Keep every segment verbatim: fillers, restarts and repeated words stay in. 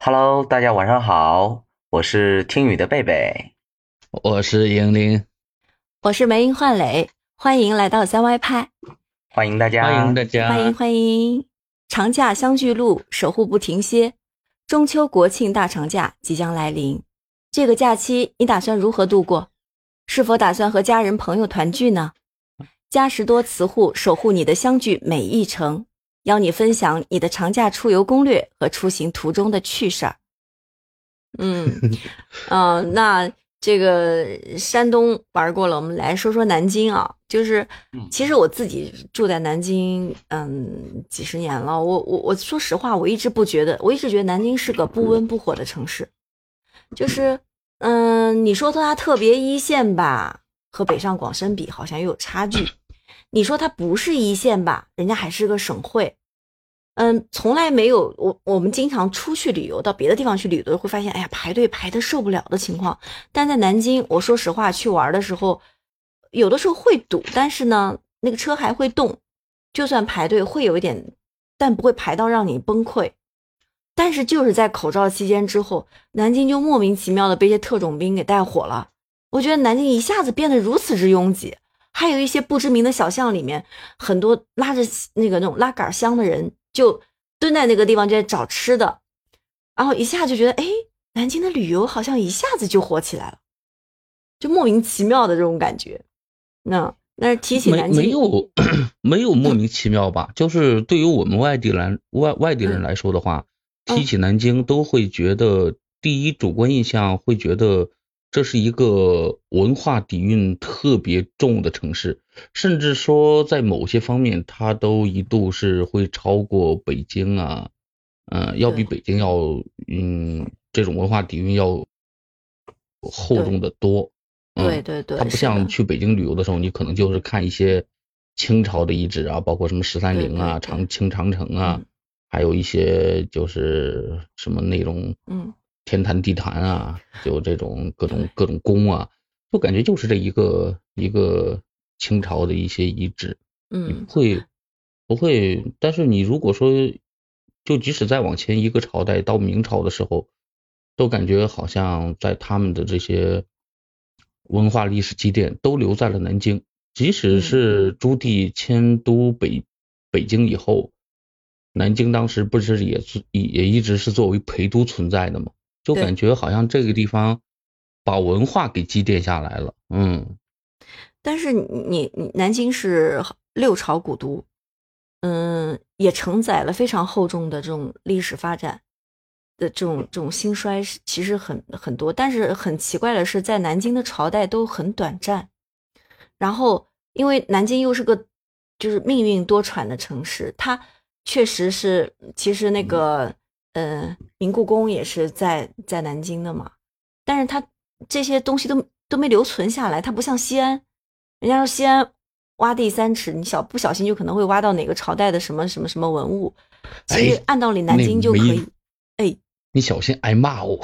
Hello，大家晚上好，我是听雨的贝贝。 我是莹玲， 我是梅英焕磊，欢迎来到三歪派， 欢迎大欢迎家。 大家。 欢迎欢迎。长假相聚路，守护不停歇。中秋国庆大长假即将来临，这个假期你打算如何度过？是否打算和家人朋友团聚呢？嘉实多磁护守护你的相聚每一程，邀你分享你的长假出游攻略和出行途中的趣事儿。嗯，呃，那这个山东玩过了，我们来说说南京啊。就是其实我自己住在南京，嗯，几十年了。我我我说实话，我一直不觉得，我一直觉得南京是个不温不火的城市。就是，嗯，你说它特别一线吧，和北上广深比好像又有差距。你说它不是一线吧，人家还是个省会。嗯，从来没有我我们经常出去旅游，到别的地方去旅游，会发现，哎呀，排队排的受不了的情况。但在南京，我说实话，去玩的时候，有的时候会堵，但是呢，那个车还会动，就算排队会有一点，但不会排到让你崩溃。但是就是在口罩期间之后，南京就莫名其妙的被一些特种兵给带火了。我觉得南京一下子变得如此之拥挤，还有一些不知名的小巷里面，很多拉着那个那种拉杆箱的人就蹲在那个地方就在找吃的，然后一下就觉得，哎，南京的旅游好像一下子就火起来了，就莫名其妙的这种感觉。那那提起没南京， 没有没有莫名其妙吧？就是对于我们外地人外外地人嗯来说的话，提嗯， 起南京都会觉得第一主观印象会觉得这是一个文化底蕴特别重的城市，甚至说在某些方面它都一度是会超过北京啊，嗯、要比对北京要嗯这种文化底蕴要厚对重的多。嗯， 对对对， 它不是的， 像去北京旅游的时候，你可能就是看一些清朝的遗址啊，包括什么十三对陵啊、 对对， 长清长城啊， 嗯还有一些就是什么那种嗯， 天坛地坛啊，就这种各种对， 各种宫啊，就感觉就是这一个一个清朝的一些遗址，你不嗯会不会，但是你如果说就即使再往前一个朝代到明朝的时候，都感觉好像在他们的这些文化历史积淀都留在了南京，即使嗯， 是朱棣迁都北北京以后，南京当时不是也是也也一直是作为陪都存在的吗？就感对。 觉好像这个地方把文化给积淀下来了。嗯， 但是你你南京是六朝古都，嗯，也承载了非常厚重的这种历史发展的这种这种兴衰是其实很很多，但是很奇怪的是，在南京的朝代都很短暂。然后，因为南京又是个就是命运多舛的城市，它确实是，其实那个呃明故宫也是在在南京的嘛，但是它这些东西都都没留存下来，它不像西安，人家说西安挖地三尺，你小不小心就可能会挖到哪个朝代的什么什么什么文物，其实哎， 按道理南那京就可没， 以，哎。 你小心挨骂哦。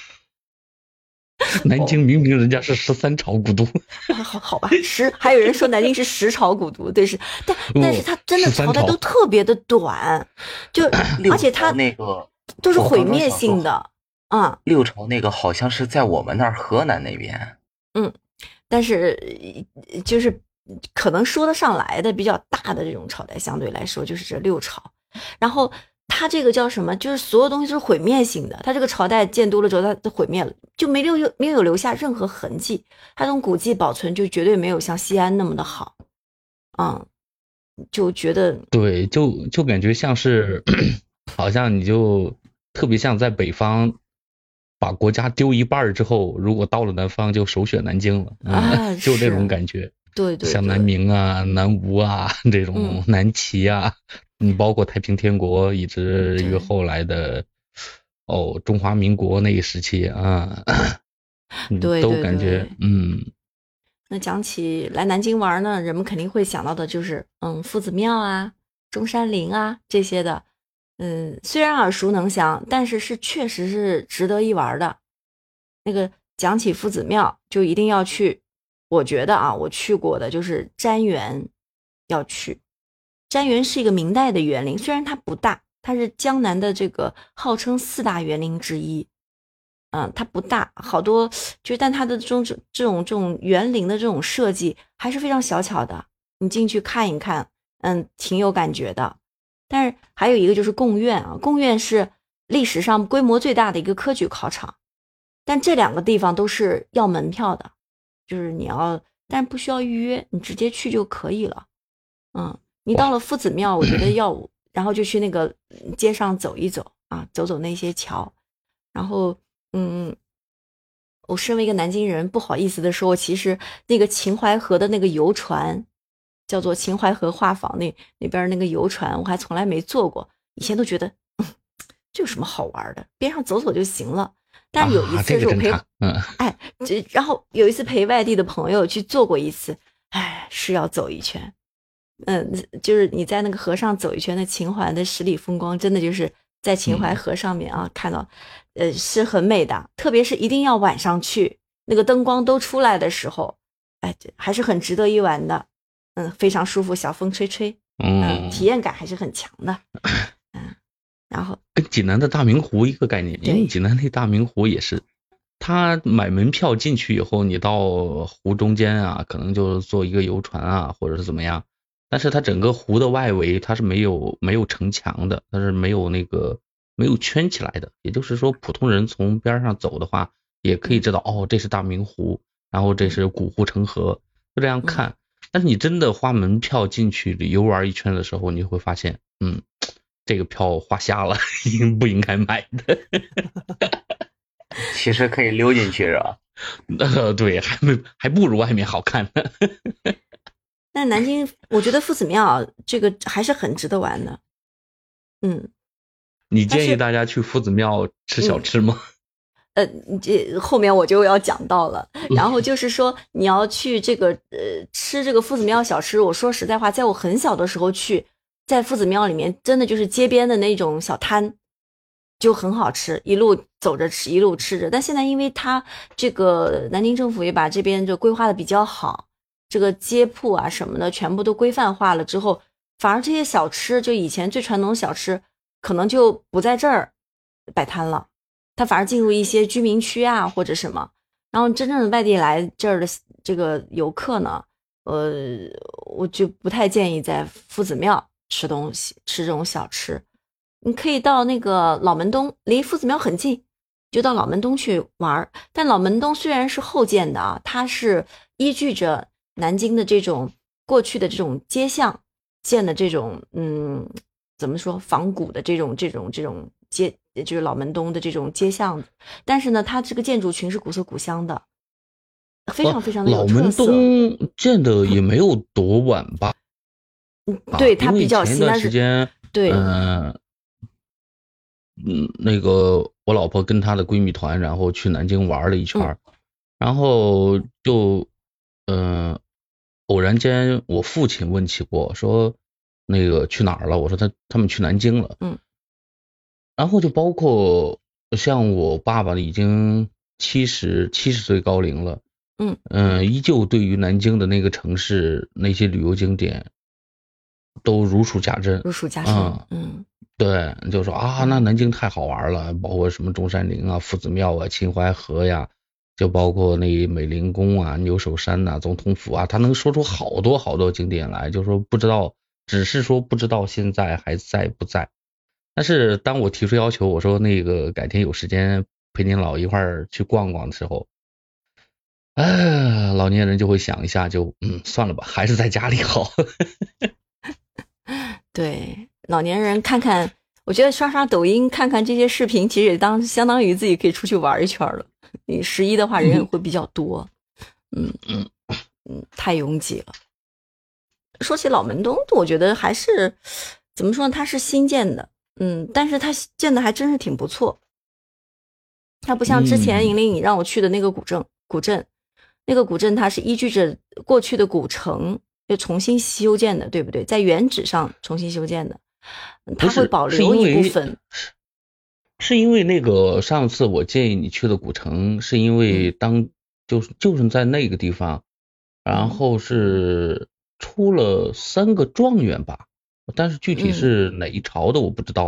南哦， 京明明人家是十三朝古都， 啊，好好吧，十还有人说南京是十朝古都，对是，但但是不， 它真的十三朝代都朝。 特别的短，就而六朝且它那个， 都是我刚刚毁灭想说， 性的，啊， 六朝那个好像是在我们那儿河南那边。 嗯，但是呃就是可能说得上来的比较大的这种朝代，相对来说就是这六朝，然后它这个叫什么？就是所有东西都是毁灭性的，它这个朝代建都了之后，它都毁灭了，就没留没有留下任何痕迹，它这种古迹保存就绝对没有像西安那么的好，嗯，就觉得对，就就感觉像是，好像你就特别像在北方把国家丢一半儿之后，如果到了南方就首选南京了，嗯， 啊， 就这种是， 感觉， 对对像南对， 明啊、南吴啊这嗯， 种南齐啊，嗯，包括太平天国，以至于对后来的哦中华民国那一时期啊，嗯， 对都感觉对对。 嗯， 那讲起来南京玩呢，人们肯定会想到的就是，嗯，夫子庙啊、中山陵啊这些的，嗯，虽然耳熟能详，但是是确实是值得一玩的。那个讲起夫子庙，就一定要去。我觉得啊，我去过的就是瞻园，要去。瞻园是一个明代的园林，虽然它不大， 它是江南的这个号称四大园林之一。嗯，它不大，好多就但它的这种这种这种园林的这种设计还是非常小巧的，你进去看一看，嗯，挺有感觉的。但是还有一个就是贡院啊，贡院是历史上规模最大的一个科举考场，但这两个地方都是要门票的，就是你要，但不需要预约，你直接去就可以了。嗯，你到了夫子庙，我觉得要，然后就去那个街上走一走啊，走走那些桥，然后。嗯，我身为一个南京人，不好意思的说，其实那个秦淮河的那个游船，叫做秦淮河画舫，那那边那个游船，我还从来没坐过。以前都觉得，嗯，这有什么好玩的？边上走走就行了。但是有一次是我陪， 啊这个、嗯， 哎，这然后有一次陪外地的朋友去坐过一次，哎，是要走一圈。嗯，就是你在那个河上走一圈，那秦淮的十里风光，真的就是在秦淮河上面啊，嗯、看到。呃，是很美的，特别是一定要晚上去，那个灯光都出来的时候，哎，还是很值得一玩的。嗯，非常舒服，小风吹吹，嗯，体验感还是很强的。嗯，然后跟济南的大明湖一个概念，因为济南那大明湖也是，他买门票进去以后，你到湖中间啊，可能就坐一个游船啊，或者是怎么样，但是它整个湖的外围它是没有没有城墙的，它是没有那个。没有圈起来的，也就是说普通人从边上走的话也可以知道，哦，这是大明湖，然后这是古护城河，就这样看。但是你真的花门票进去游玩一圈的时候，你会发现，嗯，这个票花瞎了，应不应该买的？ 其实可以溜进去是吧？ 呃，对，还没还不如外面好看呢。 那南京，我觉得夫子庙这个还是很值得玩的。嗯。 你建议大家去夫子庙吃小吃吗？ 呃，这后面我就要讲到了。然后就是说，你要去这个呃吃这个夫子庙小吃。我说实在话，在我很小的时候去，在夫子庙里面，真的就是街边的那种小摊，就很好吃，一路走着吃，一路吃着。但现在因为它这个南京政府也把这边就规划的比较好，这个街铺啊什么的全部都规范化了之后，反而这些小吃，就以前最传统的小吃。可能就不在这儿摆摊了，他反而进入一些居民区啊或者什么，然后真正的外地来这儿的这个游客呢，呃，我就不太建议在夫子庙吃东西，吃这种小吃。你可以到那个老门东，离夫子庙很近，就到老门东去玩。但老门东虽然是后建的啊，它是依据着南京的这种过去的这种街巷建的这种嗯。怎么说仿古的这种这种这种街，就是老门东的这种街巷，但是呢，它这个建筑群是古色古香的，非常非常的有特色。 老门东建的也没有多晚吧？ 嗯，对，它比较新。 前段时间， 对， 嗯、呃、嗯，那个我老婆跟她的闺蜜团，然后去南京玩了一圈，嗯、然后就嗯、呃，偶然间我父亲问起过，说。那个去哪儿了？我说他他们去南京了。 嗯， 然后就包括像我爸爸已经七十七十岁高龄了。 嗯嗯、呃，依旧对于南京的那个城市那些旅游景点都如数家珍。 如数家珍。嗯嗯， 对，就说啊，那南京太好玩了，包括什么中山陵啊、夫子庙啊、秦淮河呀。就包括那美龄宫啊、牛首山呐、啊、总统府啊，他能说出好多好多景点来，就说不知道。只是说不知道现在还在不在，但是当我提出要求，我说那个改天有时间陪您老一块儿去逛逛的时候，哎，老年人就会想一下，就嗯算了吧，还是在家里好。 对，老年人看看，我觉得刷刷抖音看看这些视频，其实也当相当于自己可以出去玩一圈了。你十一的话人也会比较多，嗯嗯嗯，太拥挤了。说起老门东，我觉得还是怎么说呢？它是新建的，嗯，但是它建的还真是挺不错。它不像之前引领你让我去的那个古镇，古镇那个古镇它是依据着过去的古城又重新修建的，对不对？在原址上重新修建的，它会保留一部分。 是, 是因为那个上次我建议你去的古城，是因为当、嗯、就是就是在那个地方，然后是。出了三个状元吧，但是具体是哪一朝的我不知道了。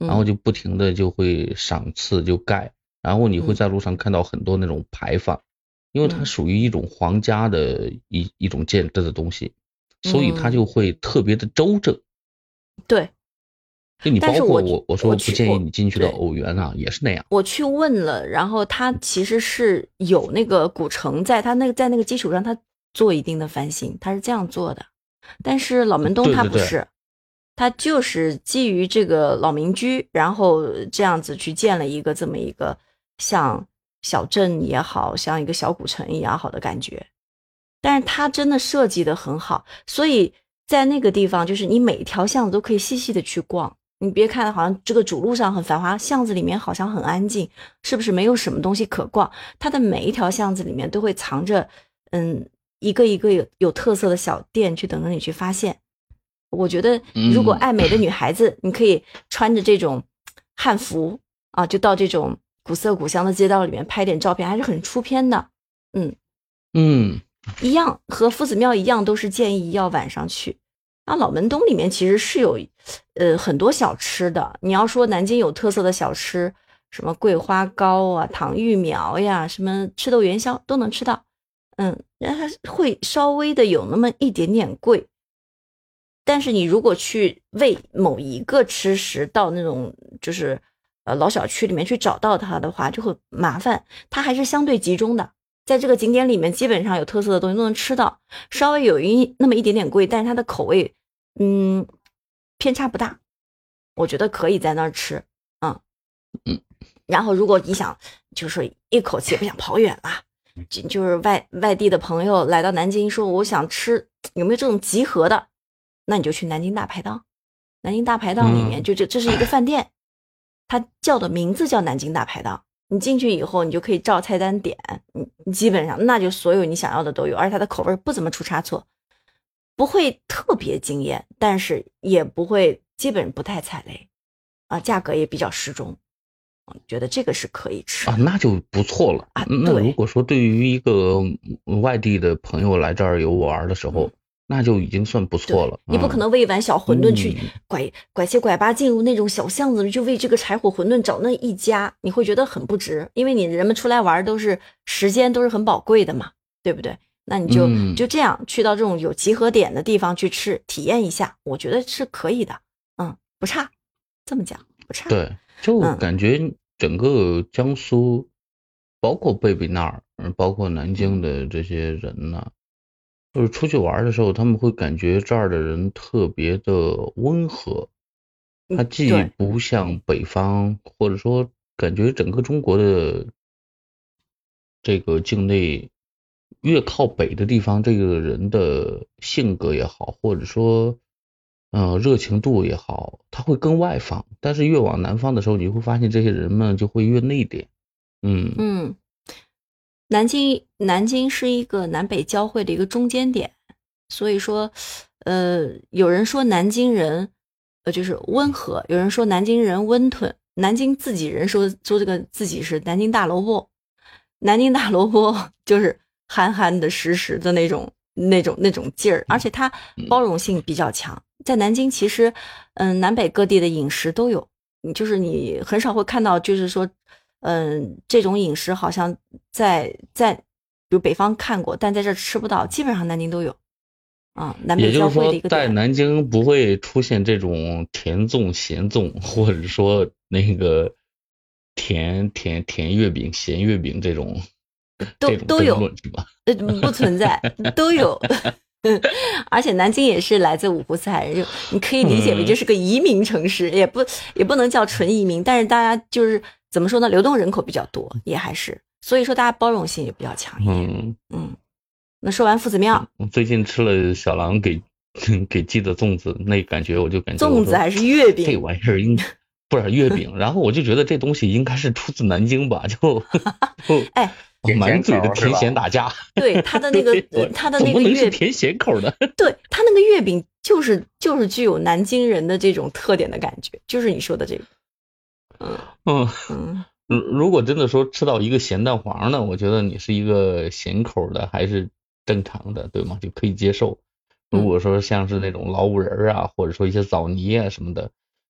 然后就不停的就会赏赐就盖，然后你会在路上看到很多那种牌坊，因为它属于一种皇家的一一种建制的东西，所以它就会特别的周正。 对。 就你包括我我说不建议你进去的偶园啊，也是那样。 我去问了，然后他其实是有那个古城在他那个在那个基础上，他做一定的翻新，他是这样做的。但是老门东他不是， 对对对， 他就是基于这个老民居，然后这样子去建了一个这么一个像小镇也好，像一个小古城也好的感觉。但是他真的设计的很好，所以在那个地方，就是你每一条巷子都可以细细的去逛。你别看好像这个主路上很繁华，巷子里面好像很安静，是不是没有什么东西可逛？它的每一条巷子里面都会藏着嗯一个一个有有特色的小店，去等着你去发现。我觉得如果爱美的女孩子，嗯、你可以穿着这种汉服啊，就到这种古色古香的街道里面拍点照片，还是很出片的。嗯嗯， 一样和夫子庙一样，都是建议要晚上去。然后老门东里面其实是有呃很多小吃的。你要说南京有特色的小吃，什么桂花糕啊、糖芋苗呀，什么赤豆元宵都能吃到。嗯，然后它会稍微的有那么一点点贵。但是你如果去为某一个吃食到那种就是呃老小区里面去找到它的话，就会麻烦。它还是相对集中的。在这个景点里面，基本上有特色的东西都能吃到，稍微有一那么一点点贵，但是它的口味，嗯，偏差不大，我觉得可以在那儿吃，嗯嗯。 然后如果你想，就是一口气也不想跑远了，就就是外外地的朋友来到南京，说我想吃，有没有这种集合的？那你就去南京大排档，南京大排档里面， 嗯、 就这这是一个饭店，它叫的名字叫南京大排档。你进去以后，你就可以照菜单点，你基本上那就所有你想要的都有，而且它的口味不怎么出差错，不会特别惊艳，但是也不会基本不太踩雷啊，价格也比较适中，我觉得这个是可以吃啊，那就不错了啊。 那如果说对于一个外地的朋友来这儿游玩的时候，嗯那就已经算不错了。 你不可能为一碗小馄饨去拐、嗯、拐七拐八进入那种小巷子，就为这个柴火馄饨找那一家，你会觉得很不值，因为你人们出来玩都是时间都是很宝贵的嘛，对不对？那你就、嗯、就这样去到这种有集合点的地方去吃，体验一下，我觉得是可以的，嗯，不差，这么讲不差。 对，就感觉整个江苏，嗯、包括贝贝那儿，包括南京的这些人呢。就是出去玩的时候，他们会感觉这儿的人特别的温和，他既不像北方，或者说感觉整个中国的这个境内越靠北的地方，这个人的性格也好，或者说呃热情度也好，他会更外放。但是越往南方的时候，你会发现这些人们就会越内敛。嗯嗯。南京，南京是一个南北交汇的一个中间点，所以说，呃，有人说南京人，呃，就是温和；有人说南京人温吞。南京自己人说说这个自己是南京大萝卜，南京大萝卜就是憨憨的、实实的那种、那种、那种劲儿，而且它包容性比较强。在南京，其实，嗯，南北各地的饮食都有，就是你很少会看到，就是说。嗯，这种饮食好像在在比如北方看过，但在这吃不到，基本上南京都有。啊、嗯，南北交汇的一个点。 也就是说，在南京不会出现这种甜粽、咸粽，或者说那个甜甜甜月饼、咸月饼这种， 都都有， 是吧？ 呃，不存在，都有。而且南京也是来自五湖四海人，你可以理解为这是个移民城市，嗯、也不也不能叫纯移民，但是大家就是怎么说呢，流动人口比较多，也还是，所以说大家包容性也比较强一点。嗯嗯。那说完夫子庙， 我最近吃了小狼给给寄的粽子，那感觉我就感觉粽子还是月饼， 这玩意儿应不是月饼，然后我就觉得这东西应该是出自南京吧，就就哎。 满嘴的甜咸打架， 对他的那个他的那个月甜咸口的， 对他那个月饼就是就是具有南京人的这种特点的感觉，就是你说的这个， 嗯嗯嗯，如果真的说吃到一个咸蛋黄呢，我觉得你是一个咸口的还是正常的，对吗？就可以接受。如果说像是那种老五仁啊，或者说一些枣泥啊什么的，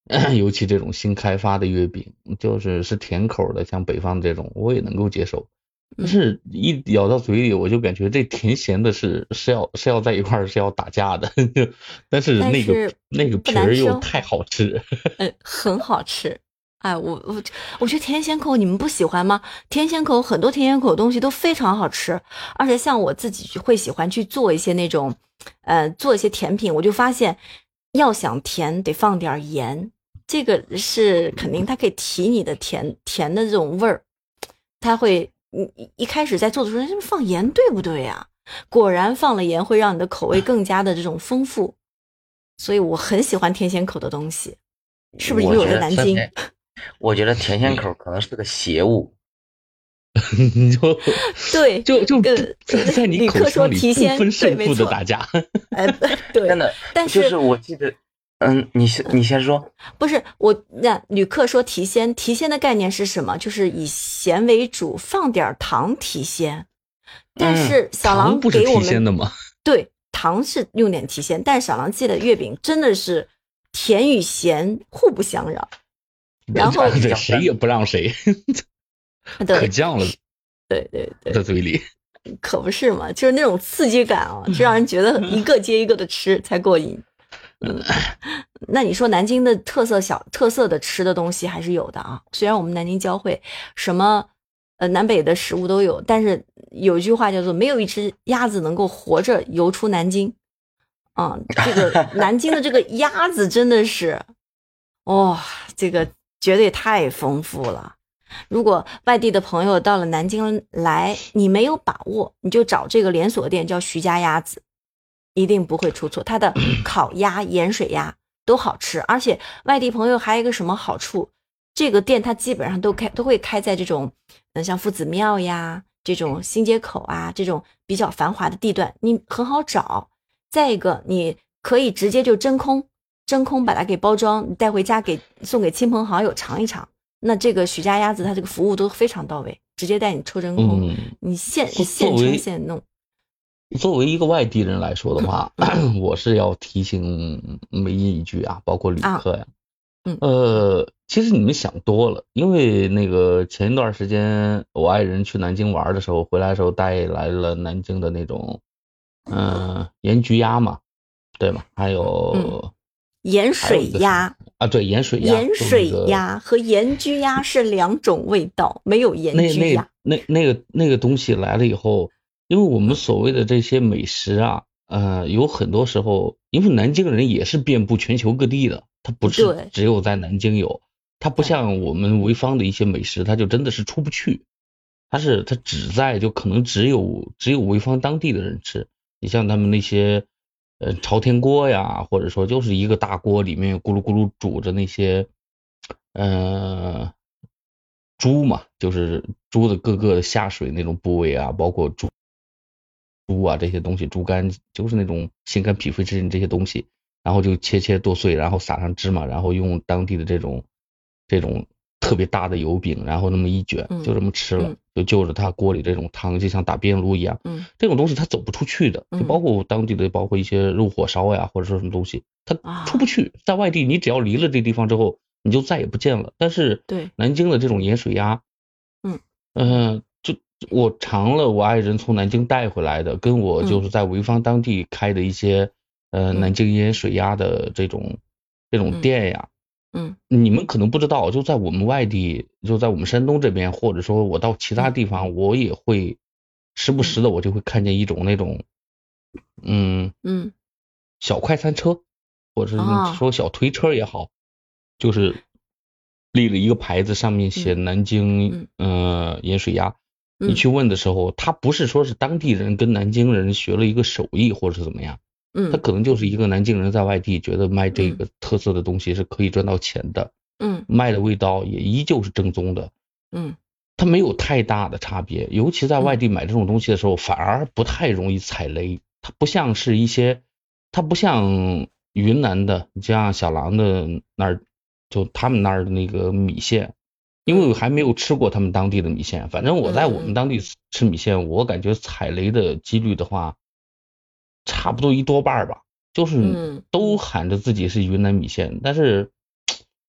尤其这种新开发的月饼，就是是甜口的，像北方这种我也能够接受。但是一咬到嘴里，我就感觉这甜咸的是是要是要在一块儿是要打架的，但是那个那个皮儿又太好吃， 嗯，很好吃。哎，我我我觉得甜咸口你们不喜欢吗？甜咸口很多甜咸口的东西都非常好吃，而且像我自己会喜欢去做一些那种，呃，做一些甜品，我就发现要想甜得放点盐，这个是肯定它可以提你的甜甜的这种味儿，它会。你一开始在做的时候，放盐对不对呀？果然放了盐会让你的口味更加的这种丰富，所以我很喜欢甜咸口的东西，是不是因为我在南京？ 我觉得甜咸口可能是个邪物， 就对， 就就在你口腔里不分胜负的打架。 哎，对， 真的， 但是就是我记得。嗯，你先你先说。 不是我，那旅客说提鲜，提鲜的概念是什么？就是以咸为主，放点糖提鲜。但是小狼给我们、 嗯、糖不是提鲜的吗？ 对，糖是用点提鲜，但是小狼记的月饼真的是甜与咸互不相让。然后对谁也不让谁，可犟了。 对对对， 在嘴里。 可不是嘛，就是那种刺激感啊，就让人觉得一个接一个的吃才过瘾。嗯，那你说南京的特色小特色的吃的东西还是有的啊。虽然我们南京交汇，什么呃南北的食物都有，但是有一句话叫做没有一只鸭子能够活着游出南京。啊、嗯，这个南京的这个鸭子真的是，哇、哦，这个绝对太丰富了。如果外地的朋友到了南京来，你没有把握，你就找这个连锁店叫徐家鸭子。一定不会出错，它的烤鸭、盐水鸭都好吃，而且外地朋友还有一个什么好处，这个店它基本上都开都会开在这种，嗯，像夫子庙呀这种新街口啊这种比较繁华的地段，你很好找。再一个，你可以直接就真空，真空把它给包装，你带回家给送给亲朋好友尝一尝。那这个许家鸭子它这个服务都非常到位，直接带你抽真空， 嗯、 你现现称现弄。 作为一个外地人来说的话，我是要提醒梅姨一句啊，包括旅客呀、 啊嗯， 呃，其实你们想多了，因为那个前一段时间我爱人去南京玩的时候，回来的时候带来了南京的那种，嗯、呃，盐焗鸭嘛，对吗？还有、 嗯、盐水鸭啊，对，盐水鸭， 盐水鸭和盐焗鸭是两种味道，没有盐焗鸭。 那那那个那个东西来了以后。因为我们所谓的这些美食啊，呃，有很多时候，因为南京人也是遍布全球各地的，它不是只有在南京有，它不像我们潍坊的一些美食，它就真的是出不去，它是它只在就可能只有只有潍坊当地的人吃。你像他们那些呃朝天锅呀，或者说就是一个大锅里面咕噜咕噜煮着那些呃猪嘛，就是猪的各个的下水那种部位啊，包括猪。猪啊这些东西，猪肝就是那种心肝脾肺之这些东西，然后就切切剁碎，然后撒上芝麻，然后用当地的这种这种特别大的油饼，然后那么一卷， 嗯、 就这么吃了， 嗯、 就就着它锅里这种汤，就像打边炉一样。 嗯， 这种东西它走不出去的，就包括当地的，包括一些肉火烧呀，或者说什么东西，它出不去。啊、在外地，你只要离了这地方之后，你就再也不见了。但是对南京的这种盐水鸭， 嗯嗯、呃。我尝了我爱人从南京带回来的，跟我就是在潍坊当地开的一些、嗯、呃南京盐水鸭的这种这种店呀， 嗯， 你们可能不知道，就在我们外地，就在我们山东这边，或者说我到其他地方，嗯、我也会时不时的我就会看见一种那种嗯嗯小快餐车，或者是说小推车也好，哦、就是立了一个牌子，上面写南京嗯、呃盐水鸭。你去问的时候，他不是说是当地人跟南京人学了一个手艺或者是怎么样， 嗯， 他可能就是一个南京人在外地觉得卖这个特色的东西是可以赚到钱的， 嗯， 卖的味道也依旧是正宗的， 嗯， 它没有太大的差别，尤其在外地买这种东西的时候，反而不太容易踩雷，它不像是一些，它不像云南的，像小狼的那儿，就他们那儿的那个米线。因为我还没有吃过他们当地的米线，反正我在我们当地吃米线，我感觉踩雷的几率的话，差不多一多半吧，就是都喊着自己是云南米线，但是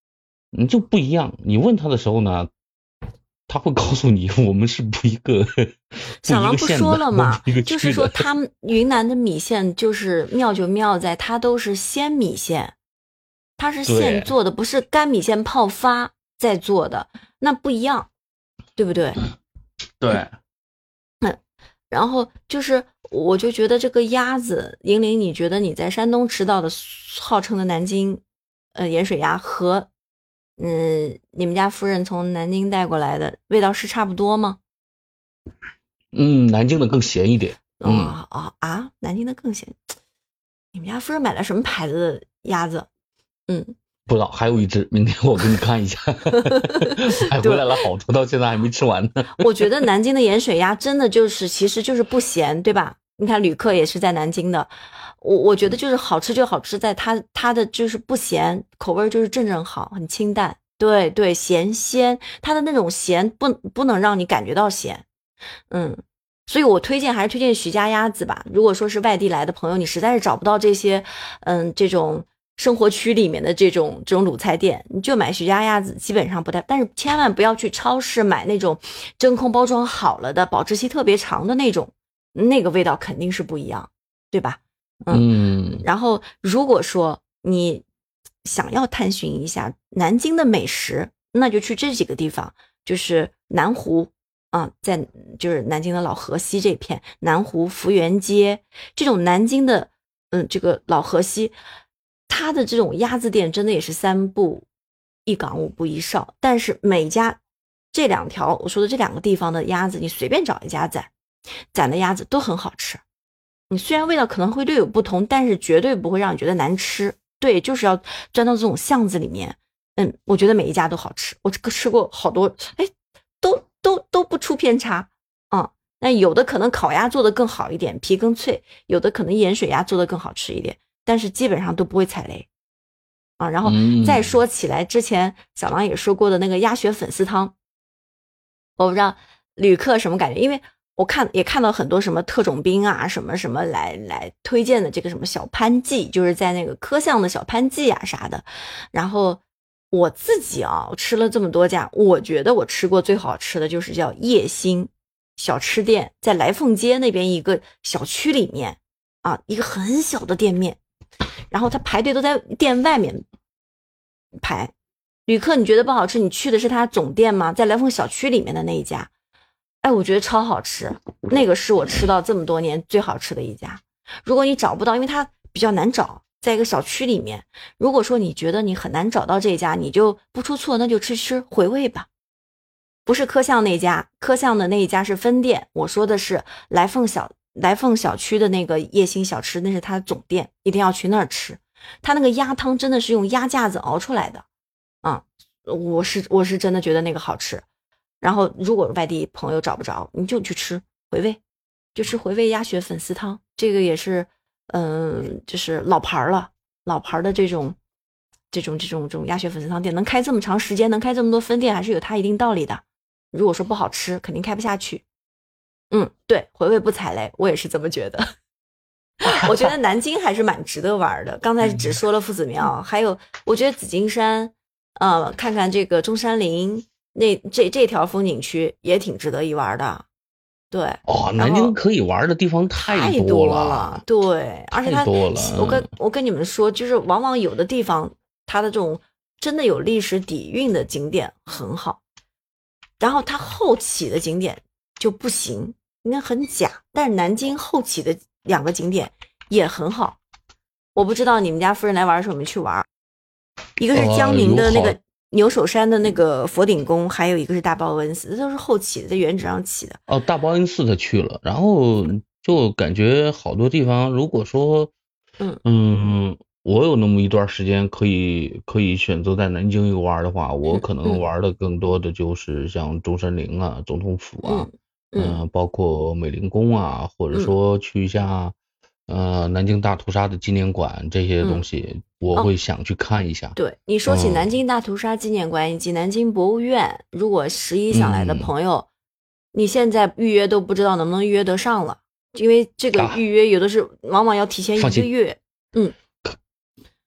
你就不一样。你问他的时候呢，他会告诉你我们是不一个小狼不说了吗？ 一个就是说他们云南的米线就是妙就妙在它都是鲜米线，它是现做的，不是干米线泡发再做的，那不一样，对不对？ 对。 嗯，然后就是我就觉得这个鸭子，银铃，你觉得你在山东吃到的号称的南京呃盐水鸭和嗯你们家夫人从南京带过来的味道是差不多吗？ 嗯，南京的更咸一点。 嗯啊、哦、啊，南京的更咸。你们家夫人买了什么牌子的鸭子？嗯， 不知道，还有一只，明天我给你看一下。买回来了好多，到现在还没吃完呢。 我觉得南京的盐水鸭真的就是，其实就是不咸，对吧？你看旅客也是在南京的，我我觉得就是好吃就好吃在它它的就是不咸，口味就是正正好，很清淡。对对，咸鲜，它的那种咸不不能让你感觉到咸。嗯，所以我推荐还是推荐徐家鸭子吧。如果说是外地来的朋友，你实在是找不到这些，嗯，这种生活区里面的这种这种卤菜店，你就买徐家鸭子，基本上不太，但是千万不要去超市买那种真空包装好了的，保质期特别长的那种，那个味道肯定是不一样，对吧？嗯，嗯然后如果说你想要探寻一下南京的美食，那就去这几个地方，就是南湖。啊，在就是南京的老河西这片，南湖、福源街这种南京的，嗯，这个老河西，它的这种鸭子店真的也是三步一岗五步一哨，但是每家这两条我说的这两个地方的鸭子，你随便找一家攒，攒的鸭子都很好吃。你虽然味道可能会略有不同，但是绝对不会让你觉得难吃。对，就是要钻到这种巷子里面，嗯，我觉得每一家都好吃，我吃过好多，哎，都。都都不出偏差啊、嗯，那有的可能烤鸭做的更好一点，皮更脆；有的可能盐水鸭做的更好吃一点，但是基本上都不会踩雷啊。然后再说起来，之前小狼也说过的那个鸭血粉丝汤，我不知道旅客什么感觉，因为我看也看到很多什么特种兵啊，什么什么来来推荐的这个什么小潘记，就是在那个科巷的小潘记啊啥的，然后。我自己啊，我吃了这么多家，我觉得我吃过最好吃的就是叫叶兴小吃店，在来凤街那边一个小区里面啊，一个很小的店面，然后他排队都在店外面排。旅客你觉得不好吃，你去的是他总店吗？在来凤小区里面的那一家，哎，我觉得超好吃，那个是我吃到这么多年最好吃的一家。如果你找不到，因为它比较难找。在一个小区里面，如果说你觉得你很难找到这家，你就不出错，那就吃吃回味吧。不是科巷那家，科巷的那一家是分店，我说的是来凤小来凤小区的那个叶兴小吃，那是他的总店，一定要去那儿吃。他那个鸭汤真的是用鸭架子熬出来的啊，我是我是真的觉得那个好吃。然后如果外地朋友找不着，你就去吃回味，就吃回味鸭血粉丝汤，这个也是。嗯，就是老牌了，老牌的这种、这种、这种、这种鸭血粉丝汤店能开这么长时间，能开这么多分店，还是有它一定道理的。如果说不好吃，肯定开不下去。嗯，对，回味不踩雷，我也是这么觉得。我觉得南京还是蛮值得玩的。刚才只说了夫子庙，还有我觉得紫金山，呃，看看这个中山陵那这这条风景区也挺值得一玩的。对哦，南京可以玩的地方太多多了，对，而且它多了。 我跟我跟你们说，就是往往有的地方它的这种真的有历史底蕴的景点很好，然后它后起的景点就不行，应该很假。但是南京后起的两个景点也很好，我不知道你们家夫人来玩的时候有没有去玩，一个是江宁的那个。牛首山的那个佛顶宫，还有一个是大报恩寺，这都是后起的，在原址上起的。 哦，大报恩寺他去了，然后就感觉好多地方，如果说， 嗯嗯，我有那么一段时间可以可以选择在南京游玩的话，我可能玩的更多的就是像中山陵啊、总统府啊，嗯、呃，包括美龄宫啊，或者说去一下。呃，南京大屠杀的纪念馆这些东西，嗯、我会想去看一下。 哦、对你说起南京大屠杀纪念馆以及南京博物院，嗯、如果十一想来的朋友，嗯、你现在预约都不知道能不能预约得上了，因为这个预约有的是往往要提前一个月。嗯，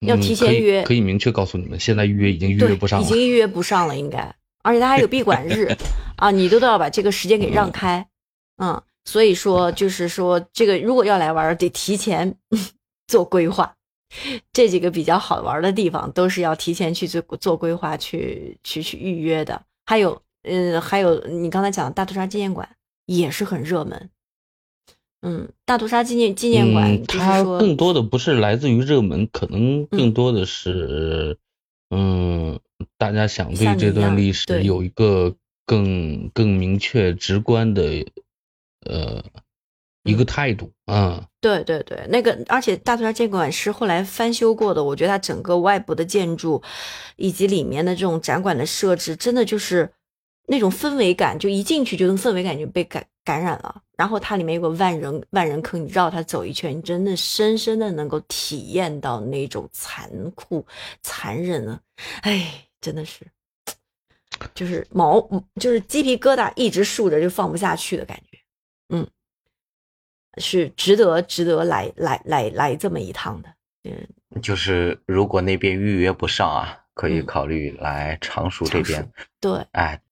要提前约， 嗯、可, 以可以明确告诉你们，现在预约已经预约不上了， 已经预约不上了，应该，而且它还有闭馆日啊，你都要把这个时间给让开，嗯，嗯所以说就是说，这个如果要来玩，得提前做规划。这几个比较好玩的地方都是要提前去做做规划，去去去预约的。还有，呃，还有你刚才讲的大屠杀纪念馆也是很热门。嗯，大屠杀纪念纪念馆、 嗯，它更多的不是来自于热门，可能更多的是，嗯，嗯大家想对这段历史有一个更更明确、直观的，呃，一个态度啊。嗯对对对，那个，而且大屠杀纪念馆是后来翻修过的，我觉得它整个外部的建筑以及里面的这种展馆的设置，真的就是那种氛围感，就一进去就能氛围感就被感感染了。然后它里面有个万人万人坑，你绕它走一圈，你真的深深的能够体验到那种残酷、残忍啊！哎，真的是，就是毛，就是鸡皮疙瘩一直竖着就放不下去的感觉，嗯。是值得值得来来来来这么一趟的， 嗯，就是如果那边预约不上啊，可以考虑来常熟这边。 嗯、对， 哎，